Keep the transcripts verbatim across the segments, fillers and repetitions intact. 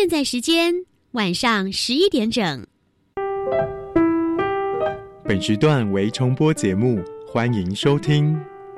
现在时间晚上十一点整。 本时段为重播节目，欢迎收听。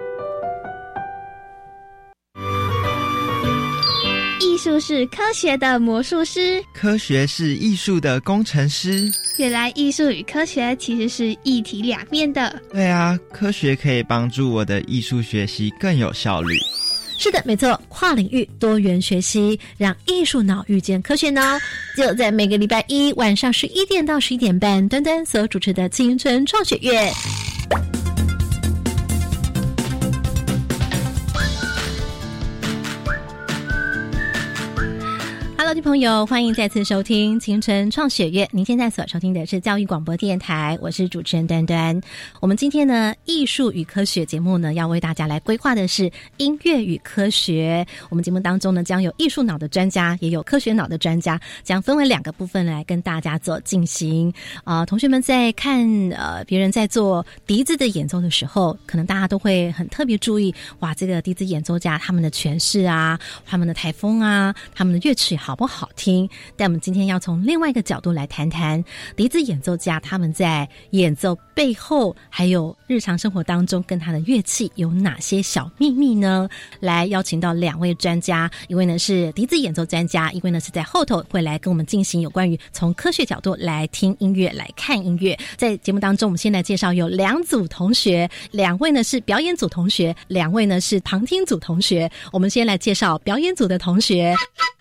艺术是科学的魔术师， 科学是艺术的工程师。 原来艺术与科学其实是一体两面的。 对啊，科学可以帮助我的艺术学习更有效率。 是的，没错，跨领域多元学习，让艺术脑遇见科学脑，就在每个礼拜一晚上十一点到十一点半，端端所主持的青春创学院。Hello， 听众朋友，欢迎再次收听青春创学院。您现在所收听的是教育广播电台，我是主持人端端。我们今天呢，艺术与科学节目呢，要为大家来规划的是音乐与科学。我们节目当中呢，将有艺术脑的专家，也有科学脑的专家，将分为两个部分来跟大家做进行。啊、呃，同学们在看呃别人在做笛子的演奏的时候，可能大家都会很特别注意，哇，这个笛子演奏家他们的诠释啊，他们的台风啊，他们的乐曲好不好听？但我们今天要从另外一个角度来谈谈笛子演奏家他们在演奏背后，还有日常生活当中跟他的乐器有哪些小秘密呢？来邀请到两位专家，一位呢是笛子演奏专家，一位呢是在后头会来跟我们进行有关于从科学角度来听音乐、来看音乐。在节目当中，我们先来介绍有两组同学，两位呢是表演组同学，两位呢是旁听组同学。我们先来介绍表演组的同学。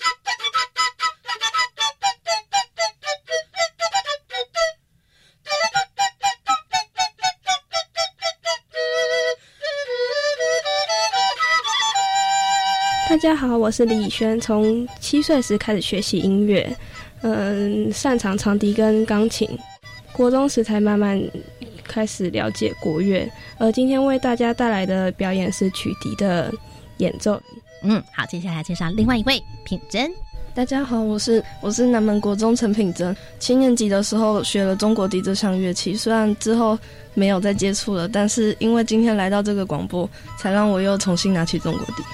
大家好，我是李以轩，从七岁时开始学习音乐，嗯，擅长长笛跟钢琴，国中时才慢慢开始了解国乐，而今天为大家带来的表演是曲笛的演奏。 嗯，好，接下来介绍另外一位品珍。 大家好，我是我是南门国中陈品珍。七年级的时候学了中国笛这项乐器，虽然之后没有再接触了，但是因为今天来到这个广播，才让我又重新拿起中国笛。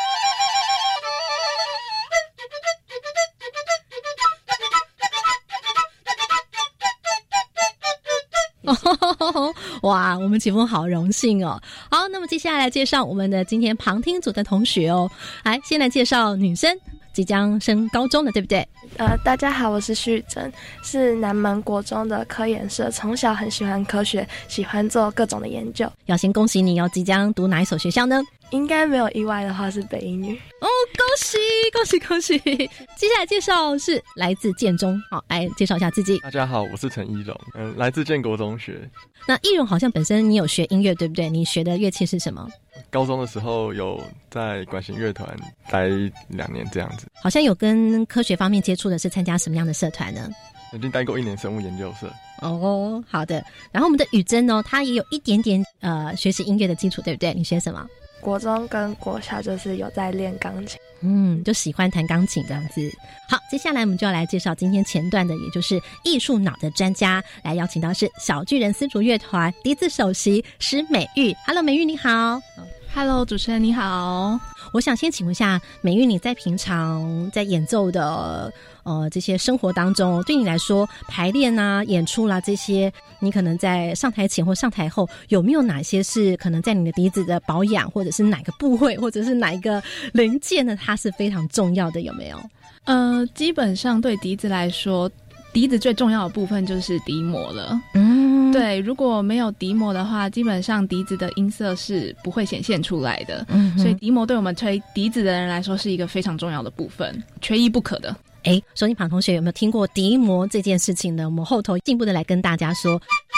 哇，我们节目好荣幸哦。好，那么接下来来介绍我们的今天旁听组的同学哦。来，先来介绍女生，即将升高中的，对不对？ 呃，大家好，我是旭珍，是南门国中的科研社，从小很喜欢科学，喜欢做各种的研究。 要先恭喜你哦，即将读哪一所学校呢？ 应该没有意外的话是北一女。 哦，恭喜恭喜恭喜！接下来介绍是来自建中，好，来介绍一下自己。 大家好，我是陈一荣，嗯，来自建国中学。 那一荣好像本身你有学音乐，对不对？你学的乐器是什么？ 高中的时候有在管弦乐团待两年这样子。 好像有跟科学方面接触的是参加什么样的社团呢？ 曾经待过一年生物研究社。 哦，好的。然后我们的雨珍哦，她也有一点点呃学习音乐的基础，对不对？你学什么？ 国中跟国小就是有在练钢琴， 嗯，就喜欢弹钢琴这样子。好，接下来我们就要来介绍今天前段的，也就是艺术脑的专家，来邀请到是小巨人丝竹乐团笛子首席施美玉。Hello， 美玉你好。 Hello， 主持人你好。 我想先请问一下美玉，你在平常在演奏的呃这些生活当中，对你来说排练啊、演出啦、啊、这些，你可能在上台前或上台后，有没有哪些是可能在你的笛子的保养，或者是哪个部位，或者是哪一个零件呢？它是非常重要的，有没有？ 呃，基本上对笛子来说，笛子最重要的部分就是笛膜了。 嗯， 对，如果没有笛膜的话，基本上笛子的音色是不会显现出来的。嗯，所以笛膜对我们吹笛子的人来说是一个非常重要的部分，缺一不可的。 哎，收音旁同学有没有听过笛膜这件事情呢？我们后头进一步的来跟大家说。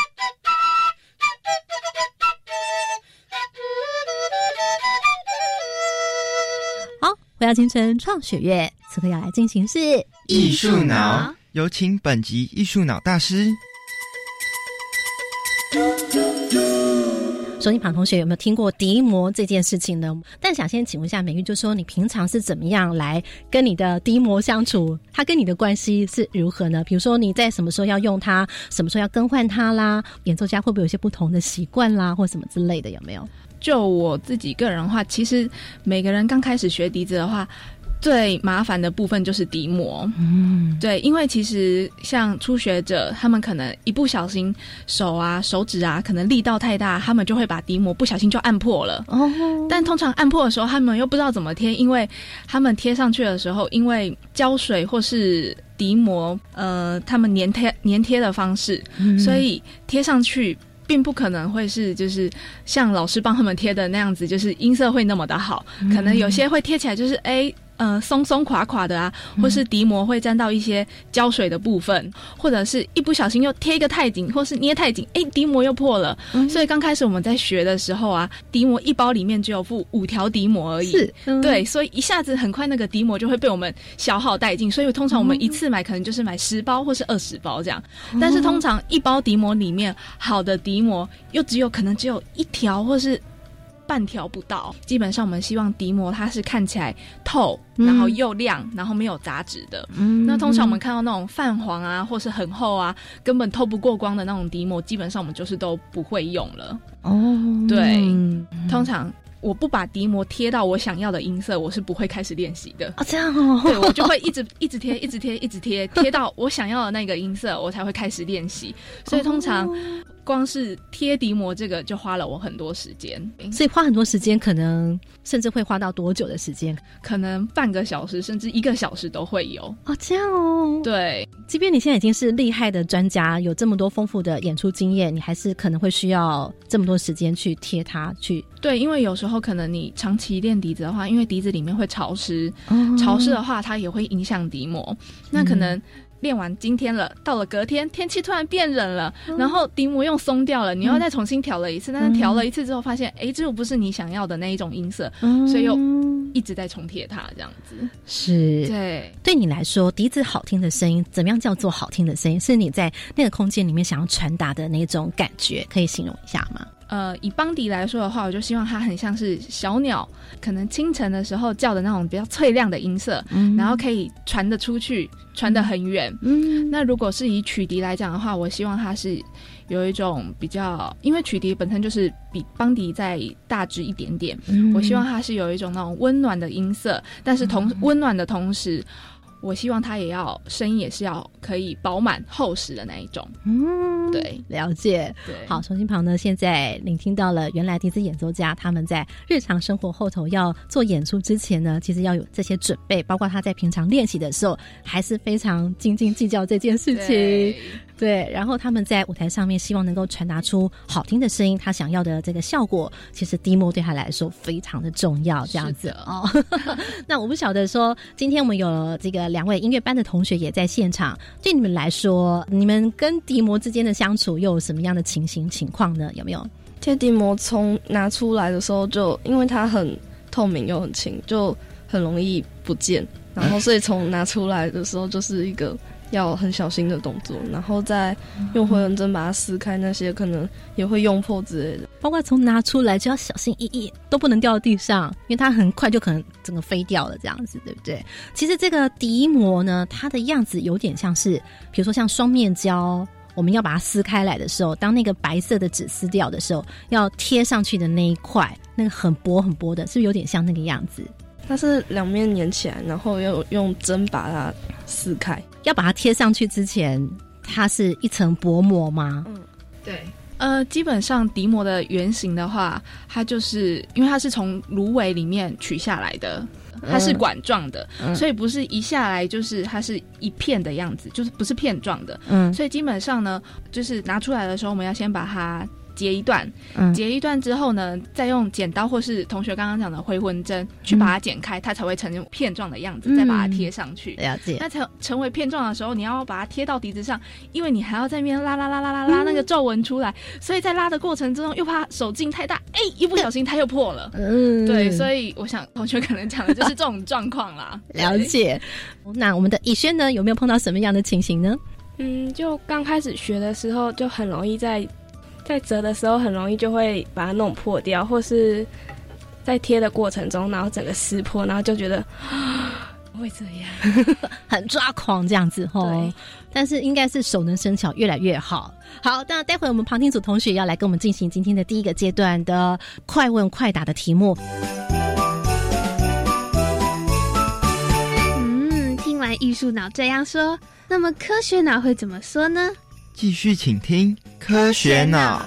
好，回到青春创学院，此刻要来进行是艺术脑，有请本集艺术脑大师。 收音旁同学有没有听过笛膜这件事情呢？但想先请问一下美玉，就说你平常是怎么样来跟你的笛膜相处？它跟你的关系是如何呢？比如说你在什么时候要用它，什么时候要更换它啦？演奏家会不会有一些不同的习惯啦，或什么之类的，有没有？ 就我自己个人的话，其实每个人刚开始学笛子的话， 最麻烦的部分就是底膜。嗯，对，因为其实像初学者，他们可能一不小心手啊、手指啊，可能力道太大，他们就会把底膜不小心就按破了。哦，但通常按破的时候，他们又不知道怎么贴，因为他们贴上去的时候，因为胶水或是底膜，呃，他们粘贴粘贴的方式，嗯，所以贴上去并不可能会是就是像老师帮他们贴的那样子，就是音色会那么的好，嗯，可能有些会贴起来就是哎。呃，松松垮垮的啊，或是底膜会沾到一些胶水的部分，嗯，或者是一不小心又贴一个太紧，或是捏太紧，哎，底膜又破了。嗯，所以刚开始我们在学的时候啊，底膜一包里面只有附五条底膜而已。是，嗯，对，所以一下子很快那个底膜就会被我们消耗殆尽。所以通常我们一次买可能就是买十包或是二十包这样，嗯，但是通常一包底膜里面好的底膜又只有可能只有一条或是半条不到，基本上我们希望底膜它是看起来透，嗯，然后又亮，然后没有杂质的。嗯，那通常我们看到那种泛黄啊，或是很厚啊，根本透不过光的那种底膜，基本上我们就是都不会用了。哦，对，嗯，通常我不把底膜贴到我想要的音色，我是不会开始练习的。哦，这样哦，对，我就会一直一直贴，一直贴，一直贴，贴到我想要的那个音色，我才会开始练习。所以通常。哦，光是贴底膜这个就花了我很多时间， 所以花很多时间，可能甚至会花到多久的时间？ 可能半个小时甚至一个小时都会有。 哦，这样哦。 对， 即便你现在已经是厉害的专家，有这么多丰富的演出经验，你还是可能会需要这么多时间去贴它去。 对，因为有时候可能你长期练笛子的话，因为笛子里面会潮湿，哦，潮湿的话它也会影响底膜，那可能。嗯，练完今天了，到了隔天天气突然变冷了，嗯，然后底膜又松掉了，你又再重新调了一次，嗯，但是调了一次之后发现哎，这不是你想要的那一种音色，嗯，所以又一直在重贴它这样子。 是， 对， 对你来说笛子好听的声音，怎么样叫做好听的声音？是你在那个空间里面想要传达的那种感觉，可以形容一下吗？ 呃，以邦迪来说的话，我就希望它很像是小鸟，可能清晨的时候叫的那种比较脆亮的音色，嗯，然后可以传得出去，传得很远。嗯，那如果是以曲笛来讲的话，我希望它是有一种比较，因为曲笛本身就是比邦迪再大只一点点，嗯，我希望它是有一种那种温暖的音色，但是同温暖的同时。我希望它也要声音也是要可以饱满厚实的那一种。嗯，对， 了解。对，好，手心旁呢，现在聆听到了原来笛子演奏家他们在日常生活后头要做演出之前呢，其实要有这些准备，包括他在平常练习的时候还是非常斤斤计较这件事情。对，对，然后他们在舞台上面希望能够传达出好听的声音，他想要的这个效果，其实底膜对他来说非常的重要，这样子哦。那我不晓得说，今天我们有这个两位音乐班的同学也在现场，对你们来说，你们跟底膜之间的相处又有什么样的情形情况呢？有没有？ 贴底膜从拿出来的时候就，因为它很透明又很轻，就很容易不见，然后所以从拿出来的时候就是一个要很小心的动作，然后再用回纹针把它撕开，那些可能也会用破之类的。 包括从拿出来就要小心翼翼，都不能掉到地上，因为它很快就可能整个飞掉了这样子，对不对？其实这个底膜呢，它的样子有点像是，比如说像双面胶，我们要把它撕开来的时候，当那个白色的纸撕掉的时候，要贴上去的那一块，那个很薄很薄的，是不是有点像那个样子？ 它是两面粘起来，然后要用针把它撕开。 要把它贴上去之前，它是一层薄膜吗？ 嗯，对。呃，基本上底膜的原型的话，它就是因为它是从芦苇里面取下来的，它是管状的，嗯，所以不是一下来就是它是一片的样子，就是不是片状的。嗯，所以基本上呢，就是拿出来的时候，我们要先把它截一段，嗯，截一段之后呢，再用剪刀或是同学刚刚讲的回纹针去把它剪开，嗯，它才会成片状的样子，嗯，再把它贴上去。 了解。 那成成为片状的时候，你要把它贴到笛子上，因为你还要在那边拉拉拉拉拉拉那个皱纹出来，嗯，所以在拉的过程中又怕手劲太大，哎，一不小心它又破了。嗯，对，所以我想同学可能讲的就是这种状况啦。 了解。那我们的以轩呢，有没有碰到什么样的情形呢？ 嗯，就刚开始学的时候，就很容易在。在折的时候很容易就会把它弄破掉，或是在贴的过程中然后整个撕破，然后就觉得会这样很抓狂这样子齁。但是应该是熟能生巧，越来越好。好，那待会我们旁听组同学要来跟我们进行今天的第一个阶段的快问快答的题目。 艺术脑这样说，那么科学脑会怎么说呢？ 继续请听科学脑。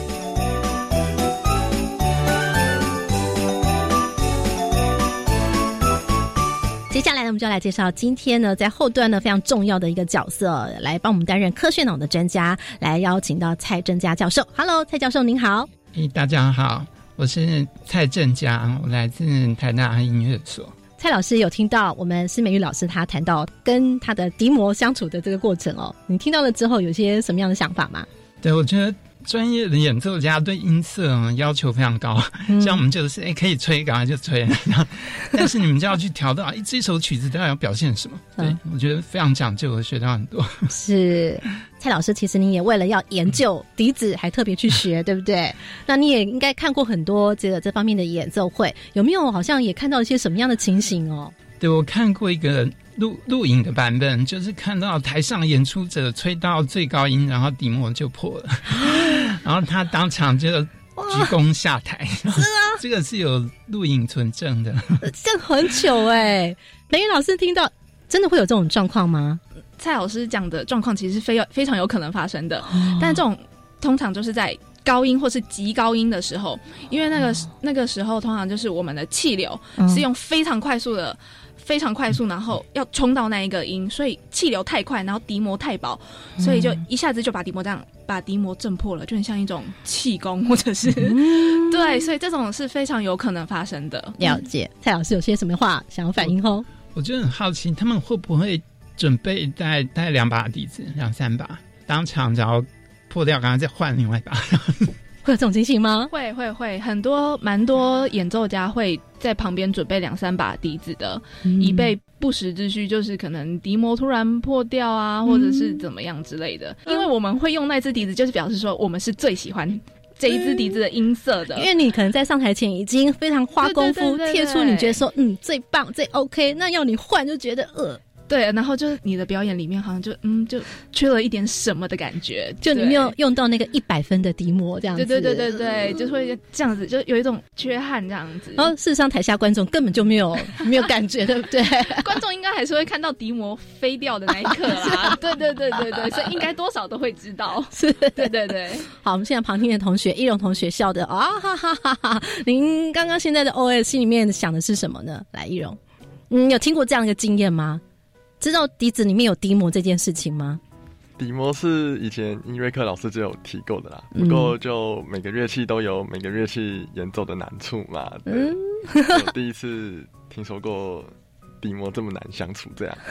接下来呢，我们就来介绍今天呢，在后段呢非常重要的一个角色，来帮我们担任科学脑的专家，来邀请到蔡正佳教授。Hello， 蔡教授您好。 欸、大家好，我是蔡正佳，我来自台大音乐所。 蔡老师有听到我们施美玉老师他谈到跟他的笛魔相处的这个过程哦，你听到了之后有些什么样的想法吗？ 对，我觉得专业的演奏家对音色、嗯、要求非常高，嗯、像我们就是哎、欸、可以吹赶快就吹，但是你们就要去调到一这首曲子到底要表现什么？对、嗯，我觉得非常讲究，我学到很多。是蔡老师，其实你也为了要研究笛子，还特别去学，对不对？那你也应该看过很多这个这方面的演奏会，有没有好像也看到一些什么样的情形哦？对，我看过一个录录影的版本，就是看到台上演出者吹到最高音，然后笛魔就破了，然后他当场就鞠躬下台。是啊，这个是有录影存证的。 这样很糗哎、欸！美玉老师听到，真的会有这种状况吗？ 蔡老师讲的状况其实是非非常有可能发生的，哦、但这种通常就是在高音或是极高音的时候，因为那个、哦、那个时候通常就是我们的气流是用非常快速的。非常快速，然后要冲到那一个音，所以气流太快，然后笛魔太薄，所以就一下子就把笛魔这样把笛魔震破了，就很像一种气功，或者是、嗯、对，所以这种是非常有可能发生的。 了解，蔡老师有些什么话想要反映后？ 我就很好奇，他们会不会准备带带两把笛子，两三把，当场然后破掉，刚刚再换另外一把。 会有这种情形吗？ 会会会，很多蛮多演奏家会在旁边准备两三把笛子的、嗯、以备不时之需，就是可能笛魔突然破掉啊、嗯、或者是怎么样之类的、嗯、因为我们会用那支笛子就是表示说我们是最喜欢这一支笛子的音色的、 嗯、因为你可能在上台前已经非常花功夫贴出你觉得说嗯最棒最 OK， 那要你换就觉得呃对，然后就是你的表演里面好像就嗯就缺了一点什么的感觉， 就你没有用到那个一百分的笛魔这样子， 对对对对对，就会这样子，就有一种缺憾这样子。 然后事实上台下观众根本就没有没有感觉，对不对？ 观众应该还是会看到笛魔飞掉的那一刻啦，对对对对对，所以应该多少都会知道。是，对对对。好， 我们现在旁听的同学，易容同学笑的啊哈哈哈哈！您刚刚现在的 O S 心里面想的是什么呢？来，易容，你有听过这样一个经验吗？知道笛子里面有笛魔这件事情吗？ 笛魔是以前音乐课老师就有提过的啦，不过就每个乐器都有每个乐器演奏的难处嘛。嗯，我第一次听说过笛魔这么难相处这样。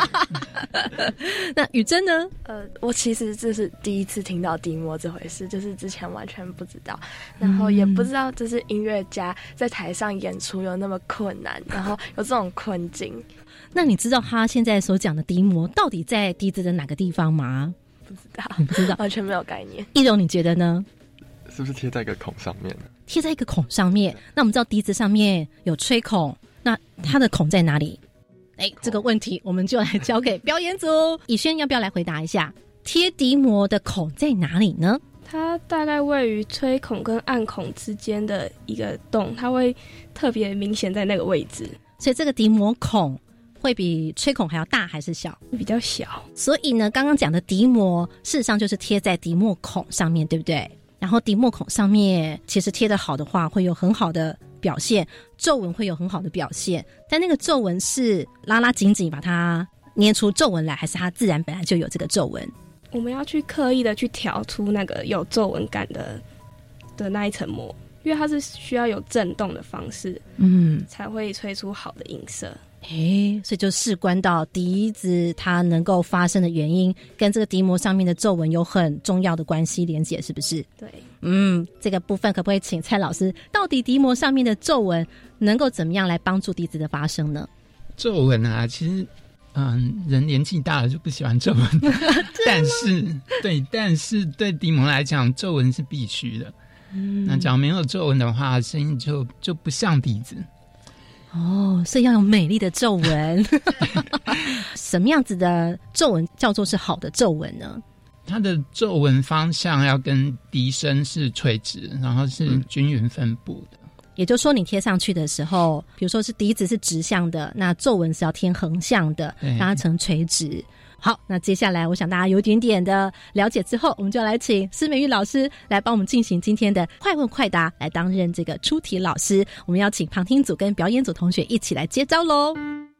那宇珍呢？ 呃，我其实这是第一次听到笛魔这回事，就是之前完全不知道，然后也不知道就是音乐家在台上演出有那么困难，然后有这种困境。 那你知道他现在所讲的笛魔到底在笛子的哪个地方吗？ 不知道， 你不知道， 完全没有概念。 易容，你觉得呢？ 是不是贴在一个孔上面？ 贴在一个孔上面。那我们知道笛子上面有吹孔，那它的孔在哪里？哎，这个问题我们就来交给表演组。以轩要不要来回答一下？贴笛魔的孔在哪里呢？ 它大概位于吹孔跟按孔之间的一个洞，它会特别明显在那个位置。 所以这个笛魔孔会比吹孔还要大还是小？ 比较小。 所以呢，刚刚讲的笛魔事实上就是贴在笛魔孔上面，对不对？然后笛魔孔上面其实贴得好的话会有很好的表现，皱纹会有很好的表现，但那个皱纹是拉拉紧紧把它捏出皱纹来，还是它自然本来就有这个皱纹？ 我们要去刻意的去调出那个有皱纹感的的那一层膜，因为它是需要有震动的方式，嗯，才会吹出好的音色。 诶，所以就事关到笛子它能够发生的原因跟这个笛魔上面的皱纹有很重要的关系连结，是不是？ 对， 嗯，这个部分可不可以请蔡老师，到底笛魔上面的皱纹能够怎么样来帮助笛子的发声呢？ 皱纹啊，其实嗯，人年纪大了就不喜欢皱纹但是对但是对笛魔来讲皱纹是必须的、嗯、那只要没有皱纹的话声音就就不像笛子哦，所以要有美丽的皱纹什么样子的皱纹叫做是好的皱纹呢？ 它的皱纹方向要跟笛声是垂直，然后是均匀分布的、 也就是说你贴上去的时候，比如说是笛子是直向的，那皱纹是要贴横向的，让它成垂直。好，那接下来我想大家有一点点的了解之后，我们就来请施美玉老师来帮我们进行今天的快问快答，来担任这个出题老师。我们要请旁听组跟表演组同学一起来接招咯。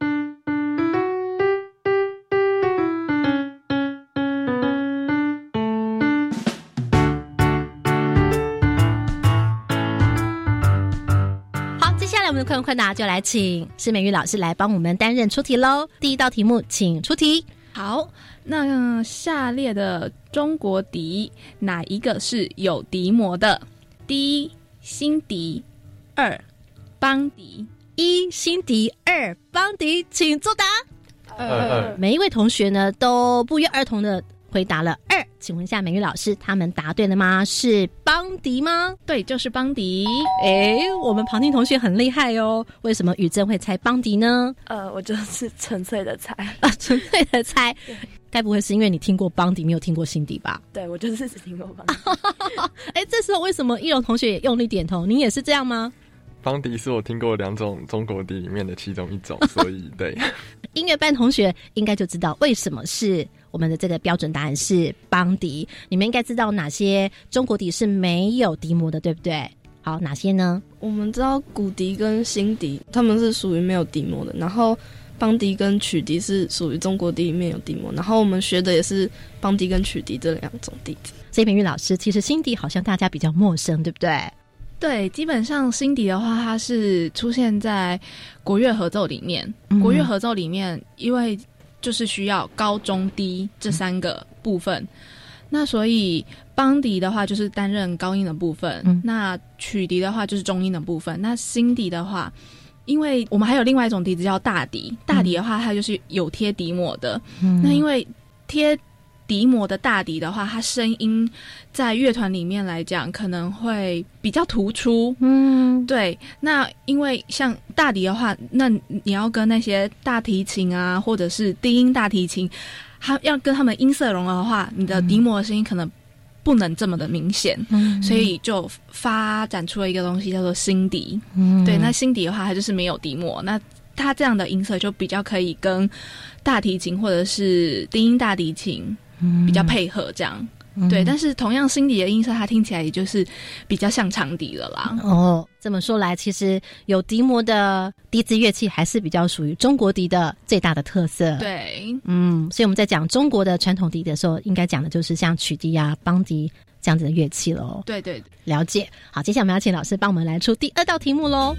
好，接下来我们的快问快答就来请施美玉老师来帮我们担任出题咯。第一道题目请出题。 好，那下列的中国笛哪一个是有笛膜的？第一，新笛；二，邦笛。 一，新笛；二，邦笛，请作答。 二二。 每一位同学呢都不约而同的回答了二。请问一下美玉老师，他们答对了吗？是邦笛吗？ 对，就是邦笛。 诶，我们旁听同学很厉害哦。为什么宇珍会猜邦笛呢？ 呃，我就是纯粹的猜啊，纯粹的猜。该不会是因为你听过邦笛，没有听过新笛吧？ 对，我就是只听过邦笛。 哎，这时候为什么一荣同学也用力点头？你也是这样吗？ 邦笛是我听过两种中国笛里面的其中一种，所以对。 音乐班同学应该就知道为什么是我们的这个标准答案是邦笛。你们应该知道哪些中国笛是没有笛膜的，对不对？好，哪些呢？ 我们知道古笛跟新笛，他们是属于没有笛膜的，然后邦笛跟曲笛是属于中国笛里面有笛膜，然后我们学的也是邦笛跟曲笛这两种笛子。 所以美玉老师，其实新笛好像大家比较陌生，对不对？ 对，基本上新笛的话，它是出现在国乐合奏里面。嗯、国乐合奏里面，因为就是需要高中低这三个部分，嗯、那所以邦笛的话就是担任高音的部分，嗯、那曲笛的话就是中音的部分。那新笛的话，因为我们还有另外一种笛子叫大笛，大笛的话它就是有贴笛膜的。嗯、那因为贴笛膜的大笛的话，它声音在乐团里面来讲可能会比较突出。嗯，对。那因为像大笛的话，那你要跟那些大提琴啊，或者是低音大提琴，它要跟他们音色融合的话，你的笛膜的声音可能不能这么的明显。嗯，所以就发展出了一个东西叫做新笛。嗯，对。那新笛的话，它就是没有笛膜，那它这样的音色就比较可以跟大提琴或者是低音大提琴比较配合这样。嗯、对，但是同样新笛的音色它听起来也就是比较像长笛了啦。 哦，这么说来，其实有笛膜的笛子乐器还是比较属于中国笛的最大的特色。 对， 嗯，所以我们在讲中国的传统笛的时候，应该讲的就是像曲笛啊、邦笛这样子的乐器咯。 对对， 了解。好，接下来我们要请老师帮我们来出第二道题目咯。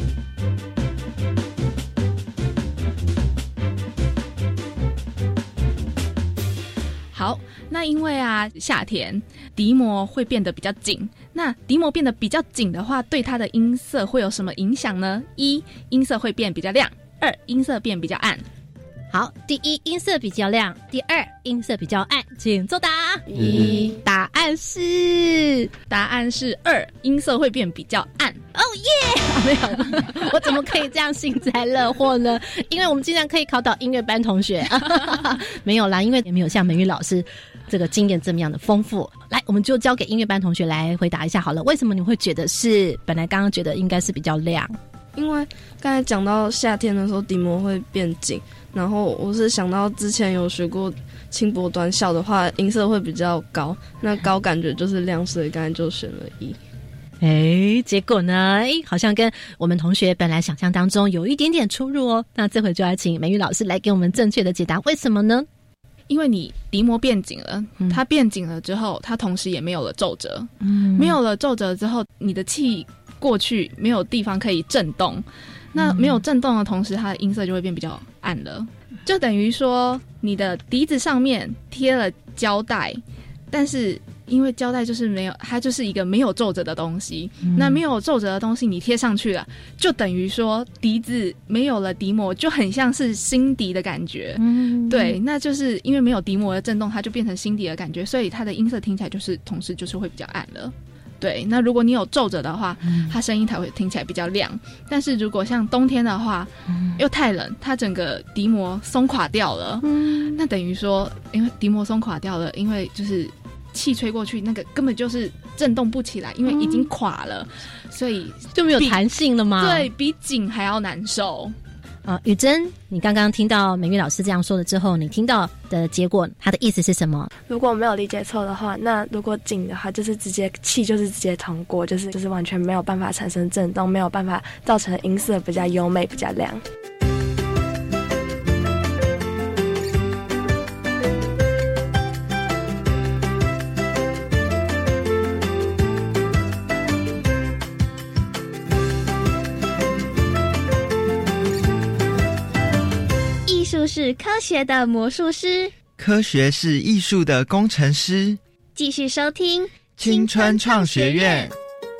好，那因为啊，夏天笛膜会变得比较紧。那笛膜变得比较紧的话，对它的音色会有什么影响呢？一，音色会变比较亮；二，音色变比较暗。 好，第一，音色比较亮；第二，音色比较暗，请作答。 一， 答案是答案是二，音色会变比较暗。 哦耶！没有，我怎么可以这样幸灾乐祸呢？因为我们竟然可以考倒音乐班同学。没有啦，因为也没有像美玉老师这个经验这么样的丰富。来，我们就交给音乐班同学来回答一下好了。为什么你会觉得是本来刚刚觉得应该是比较亮？ 因为刚才讲到夏天的时候笛膜会变紧，然后我是想到之前有学过轻薄短小的话，音色会比较高，那高感觉就是亮，所以刚才就选了一。 哎，结果呢？哎，好像跟我们同学本来想象当中有一点点出入哦。那这回就要请美玉老师来给我们正确的解答，为什么呢？ 因为你笛膜变紧了，嗯、它变紧了之后，它同时也没有了皱褶。嗯，没有了皱褶之后，你的气过去没有地方可以震动，那没有震动的同时，它的音色就会变比较暗了。就等于说，你的笛子上面贴了胶带，但是因为胶带就是没有，它就是一个没有皱褶的东西。嗯、那没有皱褶的东西你贴上去了，就等于说笛子没有了笛膜，就很像是新笛的感觉。嗯，对，那就是因为没有笛膜的震动，它就变成新笛的感觉，所以它的音色听起来就是同时就是会比较暗了。对，那如果你有皱褶的话，嗯、它声音才会听起来比较亮。但是如果像冬天的话，嗯、又太冷，它整个笛膜松垮掉了。嗯，那等于说，因为笛膜松垮掉了，因为就是气吹过去，那个根本就是震动不起来，因为已经垮了，嗯、所以就没有弹性了吗？ 对，比紧还要难受。 啊，雨珍，你刚刚听到美玉老师这样说了之后，你听到的结果，他的意思是什么？ 如果没有理解错的话，那如果紧的话，就是直接气就是直接通过，就是就是完全没有办法产生震动，没有办法造成音色比较优美、比较亮。 艺术是科学的魔术师， 科学是艺术的工程师。 继续收听青春创学院。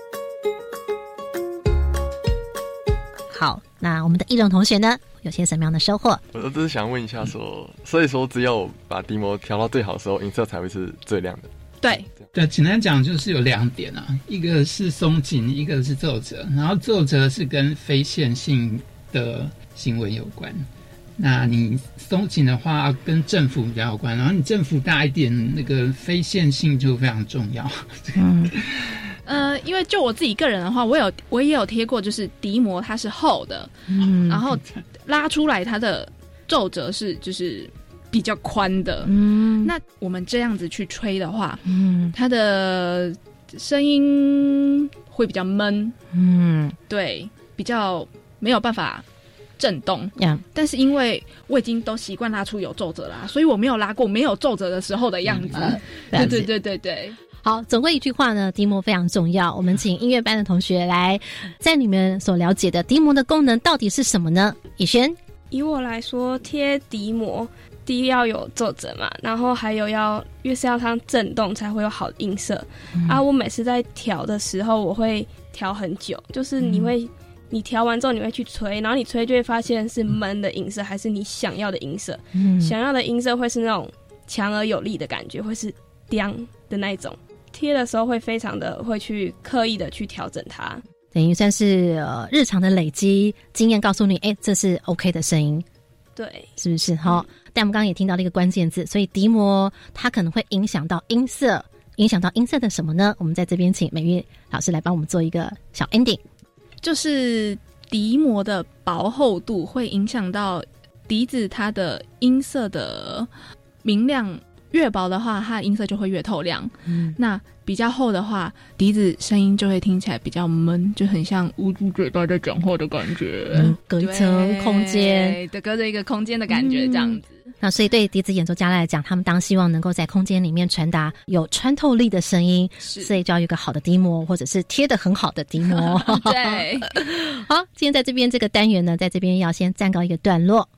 好，那我们的易容同学呢，有些什么样的收获？ 我只是想问一下说，所以说只有把低模调到最好的时候，音色才会是最亮的。 对对，简单讲就是有两点啊，一个是松紧，一个是皱褶，然后皱褶是跟非线性的行为有关。那你松紧的话跟振幅比较有关，然后你振幅大一点，那个非线性就非常重要。 嗯，呃，因为就我自己个人的话，我有我也有贴过，就是笛膜它是厚的，嗯，然后拉出来它的皱褶是就是比较宽的，嗯，那我们这样子去吹的话，嗯，它的声音会比较闷，嗯，对，比较没有办法震动， yeah. 但是因为我已经都习惯拉出有皱褶啦，所以我没有拉过没有皱褶的时候的样子。嗯、对对对对对。 好，总归一句话呢，笛膜非常重要。我们请音乐班的同学来，在你们所了解的笛膜的功能到底是什么呢？以轩， 以我来说，贴笛膜第一要有皱褶嘛，然后还有要因为是要它震动才会有好的音色、嗯、啊。我每次在调的时候，我会调很久，就是你会。嗯你调完之后你会去吹，然后你吹就会发现是闷的音色还是你想要的音色、嗯、想要的音色会是那种强而有力的感觉，会是叮的那一种，贴的时候会非常的会去刻意的去调整它， 等于算是、呃、日常的累积经验告诉你，哎，这是 OK 的声音， 对， 是不是？好、嗯，但我们刚刚也听到了一个关键字，所以笛膜它可能会影响到音色，影响到音色的什么呢？我们在这边请美玉老师来帮我们做一个小 ending。 就是笛膜的薄厚度会影响到笛子它的音色的明亮，越薄的话它的音色就会越透亮、嗯、那比较厚的话笛子声音就会听起来比较闷，就很像捂住嘴巴在讲话的感觉、 嗯、隔一层空间， 对，隔着一个空间的感觉、嗯、这样子。 那所以对笛子演奏家来讲，他们当希望能够在空间里面传达有穿透力的声音，所以就要有一个好的笛膜，或者是贴得很好的笛膜。 对， 好，今天在这边这个单元呢，在这边要先暂告一个段落。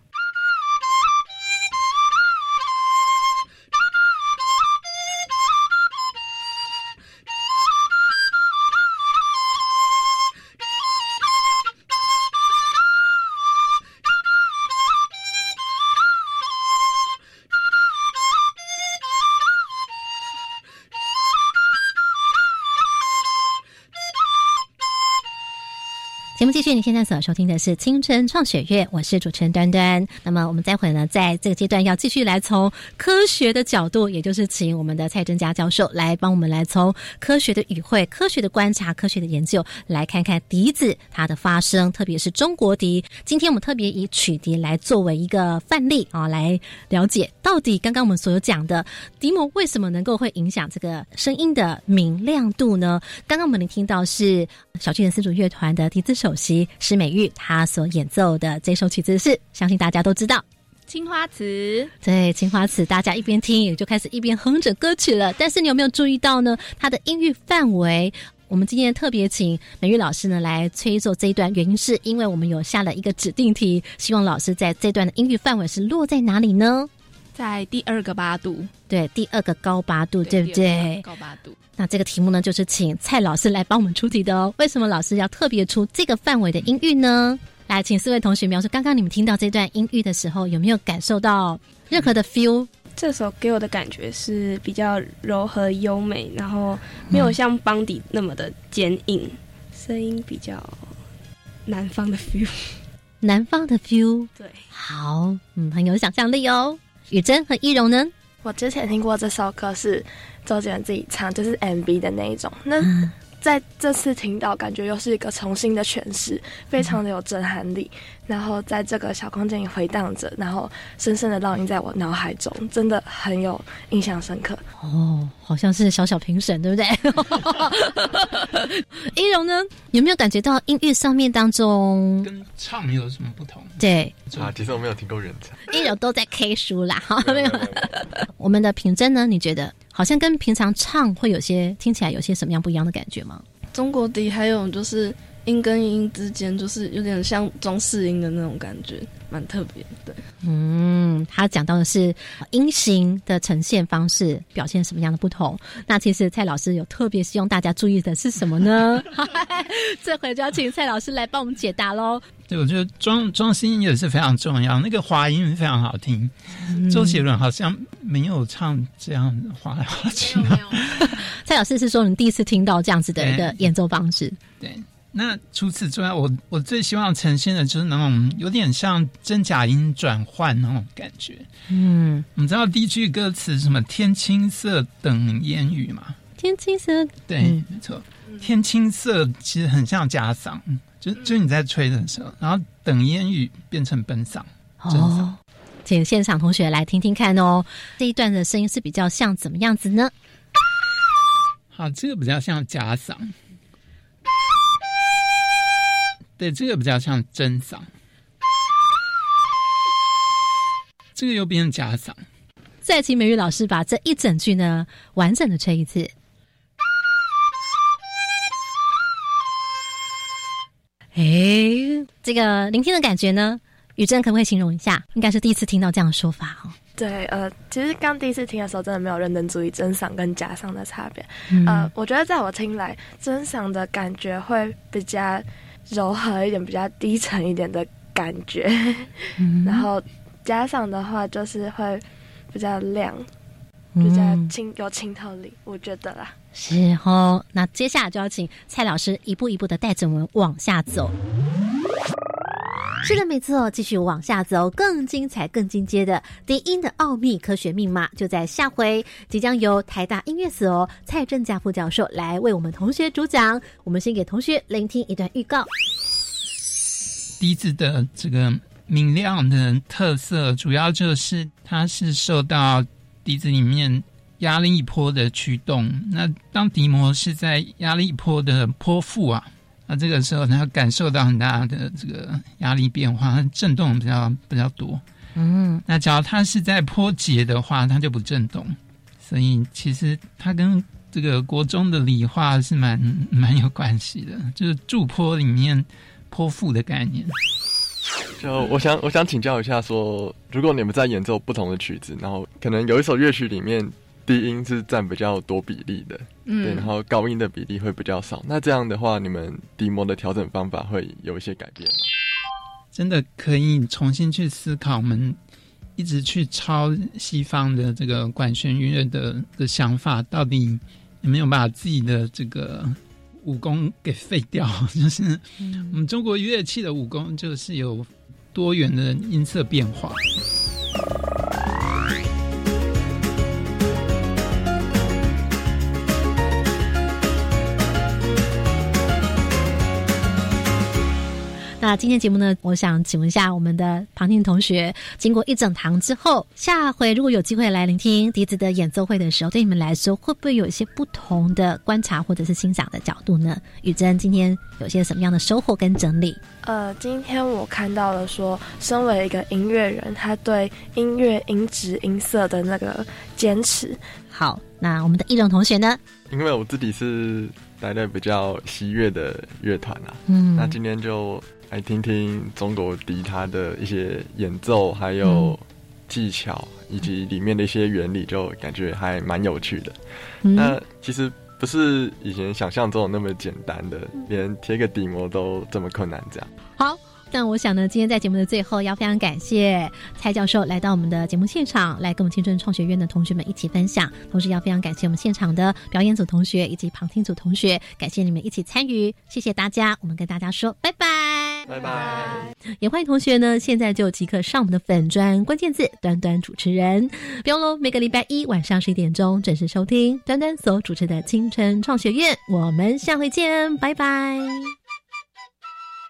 节目继续，你现在所收听的是青春创学院，我是主持人端端。那么我们待会呢，在这个阶段要继续来从科学的角度，也就是请我们的蔡真佳教授来帮我们来从科学的语汇、科学的观察、科学的研究，来看看笛子它的发声，特别是中国笛。今天我们特别以曲笛来作为一个范例啊，来了解到底刚刚我们所讲的笛膜为什么能够会影响这个声音的明亮度呢？刚刚我们听到是小巨人丝竹乐团的笛子手首席施美玉他所演奏的这首曲子是，相信大家都知道青花瓷。 对，青花瓷大家一边听也就开始一边哼着歌曲了，但是你有没有注意到呢，它的音域范围，我们今天特别请美玉老师呢来吹奏这一段，原因是因为我们有下了一个指定题，希望老师在这段的音域范围是落在哪里呢？ 在第二个八度。 对，第二个高八度， 对, 对不对？ 高八度。 那这个题目呢，就是请蔡老师来帮我们出题的哦。为什么老师要特别出这个范围的音域呢？来，请四位同学描述刚刚你们听到这段音域的时候，有没有感受到任何的 feel？、嗯、 这首给我的感觉是比较柔和优美，然后没有像邦迪那么的坚硬，声音比较南方的 feel。 南方的 feel， 对， 好，嗯，很有想象力哦。雨珍和依柔呢？ 我之前听过这首歌是周杰伦自己唱，就是 M V 的那一种。那、嗯在这次听到，感觉又是一个重新的诠释，非常的有震撼力。然后在这个小空间里回荡着，然后深深的烙印在我脑海中，真的很有印象深刻。 哦，好像是小小评审，对不对？依柔呢，有没有感觉到音乐上面当中跟唱有什么不同？ 对啊，其实我没有听过原唱， 依柔都在 K 书啦。没有，我们的品珍呢？你觉得？好像跟平常唱会有些听起来有些什么样不一样的感觉吗？ 中国笛还有就是音跟音之间就是有点像装饰音的那种感觉，蛮特别的。对， 嗯，他讲到的是音型的呈现方式表现什么样的不同。那其实蔡老师有特别希望大家注意的是什么呢？这回就要请蔡老师来帮我们解答咯。 对，我觉得装装饰音也是非常重要，那个滑音非常好听。嗯、周杰伦好像没有唱这样滑来滑去。没有没有。 蔡老师是说你第一次听到这样子的一个演奏方式。 对，那除此之外，我我最希望呈现的就是那种有点像真假音转换那种感觉。嗯，我们知道第一句歌词什么天青色等烟雨嘛？ 天青色， 对，嗯、没错。天青色其实很像假嗓。就就你在吹的时候，然后等烟雨变成本嗓，真嗓。哦， 请现场同学来听听看哦。这一段的声音是比较像怎么样子呢？ 好，这个比较像假嗓，对，这个比较像真嗓，这个又变成假嗓。 再请美玉老师把这一整句呢完整的吹一次。哎，这个聆听的感觉呢，宇珍可不可以形容一下？应该是第一次听到这样的说法哦。 对，呃，其实刚第一次听的时候，真的没有认真注意真嗓跟假嗓的差别。嗯、呃，我觉得在我听来，真嗓的感觉会比较柔和一点，比较低沉一点的感觉。嗯、然后假嗓的话，就是会比较亮，比较清有清透力，我觉得啦。 是哦，那接下来就要请蔡老师一步一步的带着我们往下走。是的，没错，继续往下走，更精彩、更进阶的低音的奥秘科学密码，就在下回即将由台大音乐所蔡正佳副教授来为我们同学主讲。我们先给同学聆听一段预告。 笛子的这个明亮的特色，主要就是它是受到笛子里面压力波的驱动，那当笛膜是在压力波的波腹啊，那这个时候它感受到很大的这个压力变化，它震动比较比较多。嗯，那只要它是在波节的话，它就不震动。所以其实它跟这个国中的理化是蛮蛮有关系的，就是驻波里面波腹的概念。 就我想我想请教一下说，如果你们在演奏不同的曲子，然后可能有一首乐曲里面低音是占比较多比例的，嗯，对，然后高音的比例会比较少。那这样的话，你们笛膜的调整方法会有一些改变吗？ 真的可以重新去思考，我们一直去抄西方的这个管弦乐的的想法，到底有没有把自己的这个武功给废掉？就是我们中国乐器的武功，就是有多元的音色变化。 那今天节目呢，我想请问一下我们的庞婷同学，经过一整堂之后，下回如果有机会来聆听笛子的演奏会的时候，对你们来说会不会有一些不同的观察或者是欣赏的角度呢？宇珍今天有些什么样的收获跟整理？ 呃，今天我看到了说，身为一个音乐人，他对音乐音质音色的那个坚持。 好，那我们的易容同学呢？ 因为我自己是待在比较西乐的乐团啊，嗯，那今天就来听听中国笛它的一些演奏，还有技巧，以及里面的一些原理，就感觉还蛮有趣的。嗯、那其实不是以前想象中的那么简单的，连贴个笛膜都这么困难这样。 好。但我想呢，今天在节目的最后要非常感谢蔡教授来到我们的节目现场，来跟我们青春创学院的同学们一起分享，同时要非常感谢我们现场的表演组同学以及旁听组同学，感谢你们一起参与，谢谢大家，我们跟大家说拜拜。 拜拜。 也欢迎同学呢，现在就即刻上我们的粉专，关键字端端主持人，不用喽，每个礼拜一晚上十一点钟准时收听端端所主持的青春创学院，我们下回见，拜拜。